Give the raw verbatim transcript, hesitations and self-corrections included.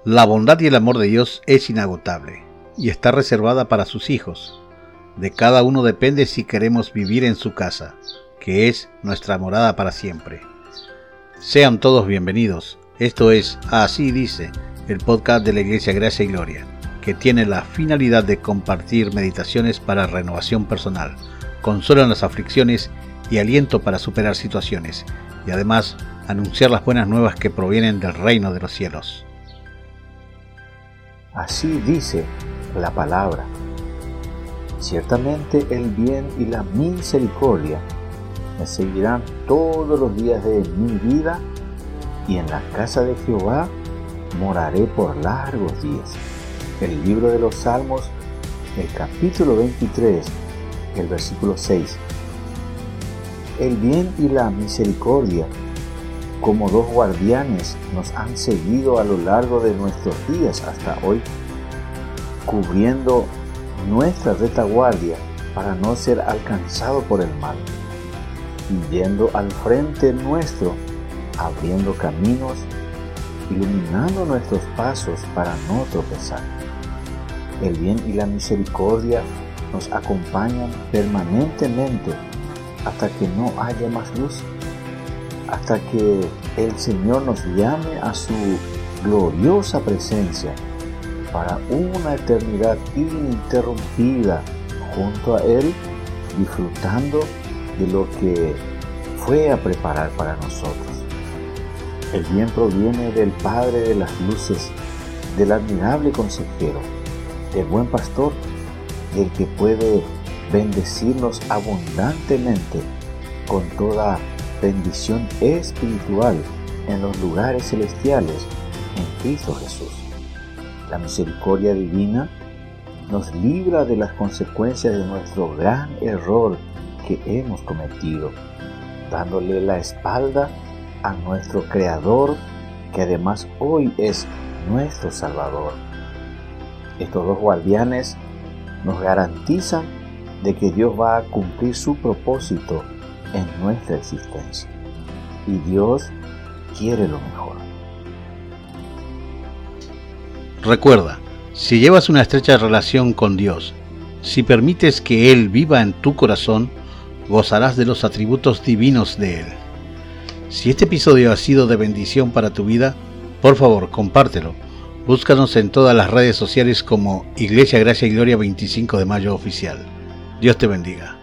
La bondad y el amor de Dios es inagotable y está reservada para sus hijos. De cada uno depende si queremos vivir en su casa, que es nuestra morada para siempre. Sean todos bienvenidos. Esto es Así Dice, el podcast de la Iglesia Gracia y Gloria, que tiene la finalidad de compartir meditaciones para renovación personal, consuelo en las aflicciones y aliento para superar situaciones, y además anunciar las buenas nuevas que provienen del reino de los cielos. Así dice la palabra. Ciertamente el bien y la misericordia me seguirán todos los días de mi vida, y en la casa de Jehová moraré por largos días. El libro de los Salmos, el capítulo veintitrés, el versículo seis. El bien y la misericordia, como dos guardianes, nos han seguido a lo largo de nuestros días hasta hoy, cubriendo nuestra retaguardia para no ser alcanzado por el mal, y yendo al frente nuestro, abriendo caminos, iluminando nuestros pasos para no tropezar. El bien y la misericordia nos acompañan permanentemente hasta que no haya más luz, hasta que el Señor nos llame a su gloriosa presencia para una eternidad ininterrumpida junto a Él, disfrutando de lo que fue a preparar para nosotros. El bien proviene del Padre de las luces, del admirable consejero, del buen pastor, del que puede bendecirnos abundantemente con toda bendición espiritual en los lugares celestiales en Cristo Jesús. La misericordia divina nos libra de las consecuencias de nuestro gran error que hemos cometido, dándole la espalda a nuestro Creador, que además hoy es nuestro Salvador. Estos dos guardianes nos garantizan de que Dios va a cumplir su propósito en nuestra existencia, y Dios quiere lo mejor. Recuerda, si llevas una estrecha relación con Dios, si permites que Él viva en tu corazón, gozarás de los atributos divinos de Él. Si este episodio ha sido de bendición para tu vida, por favor, compártelo. Búscanos en todas las redes sociales como Iglesia Gracia y Gloria veinticinco de Mayo Oficial. Dios te bendiga.